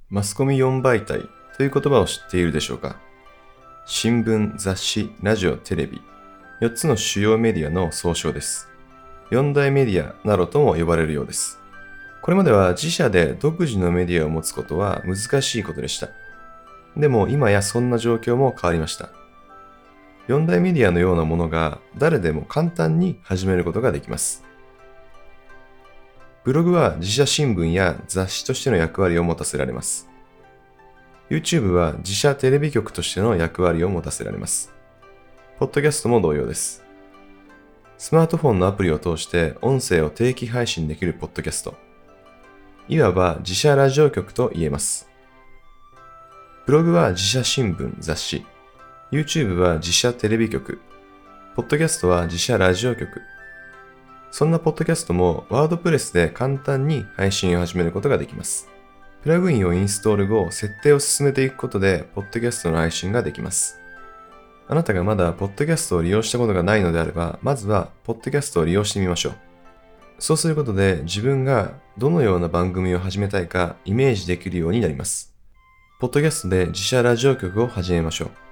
マスコミ4媒体という言葉を知っているでしょうか？新聞、雑誌、ラジオ、テレビ、4つの主要メディアの総称です。4大メディアなどとも呼ばれるようです。これまでは自社で独自のメディアを持つことは難しいことでした。でも今やそんな状況も変わりました。4大メディアのようなものが誰でも簡単に始めることができます。ブログは自社新聞や雑誌としての役割を持たせられます。YouTube は自社テレビ局としての役割を持たせられます。ポッドキャストも同様です。スマートフォンのアプリを通して音声を定期配信できるポッドキャスト。いわば自社ラジオ局と言えます。ブログは自社新聞、雑誌。YouTube は自社テレビ局。ポッドキャストは自社ラジオ局。そんなポッドキャストもワードプレスで簡単に配信を始めることができます。プラグインをインストール後、設定を進めていくことで、ポッドキャストの配信ができます。あなたがまだポッドキャストを利用したことがないのであれば、まずはポッドキャストを利用してみましょう。そうすることで自分がどのような番組を始めたいかイメージできるようになります。ポッドキャストで自社ラジオ局を始めましょう。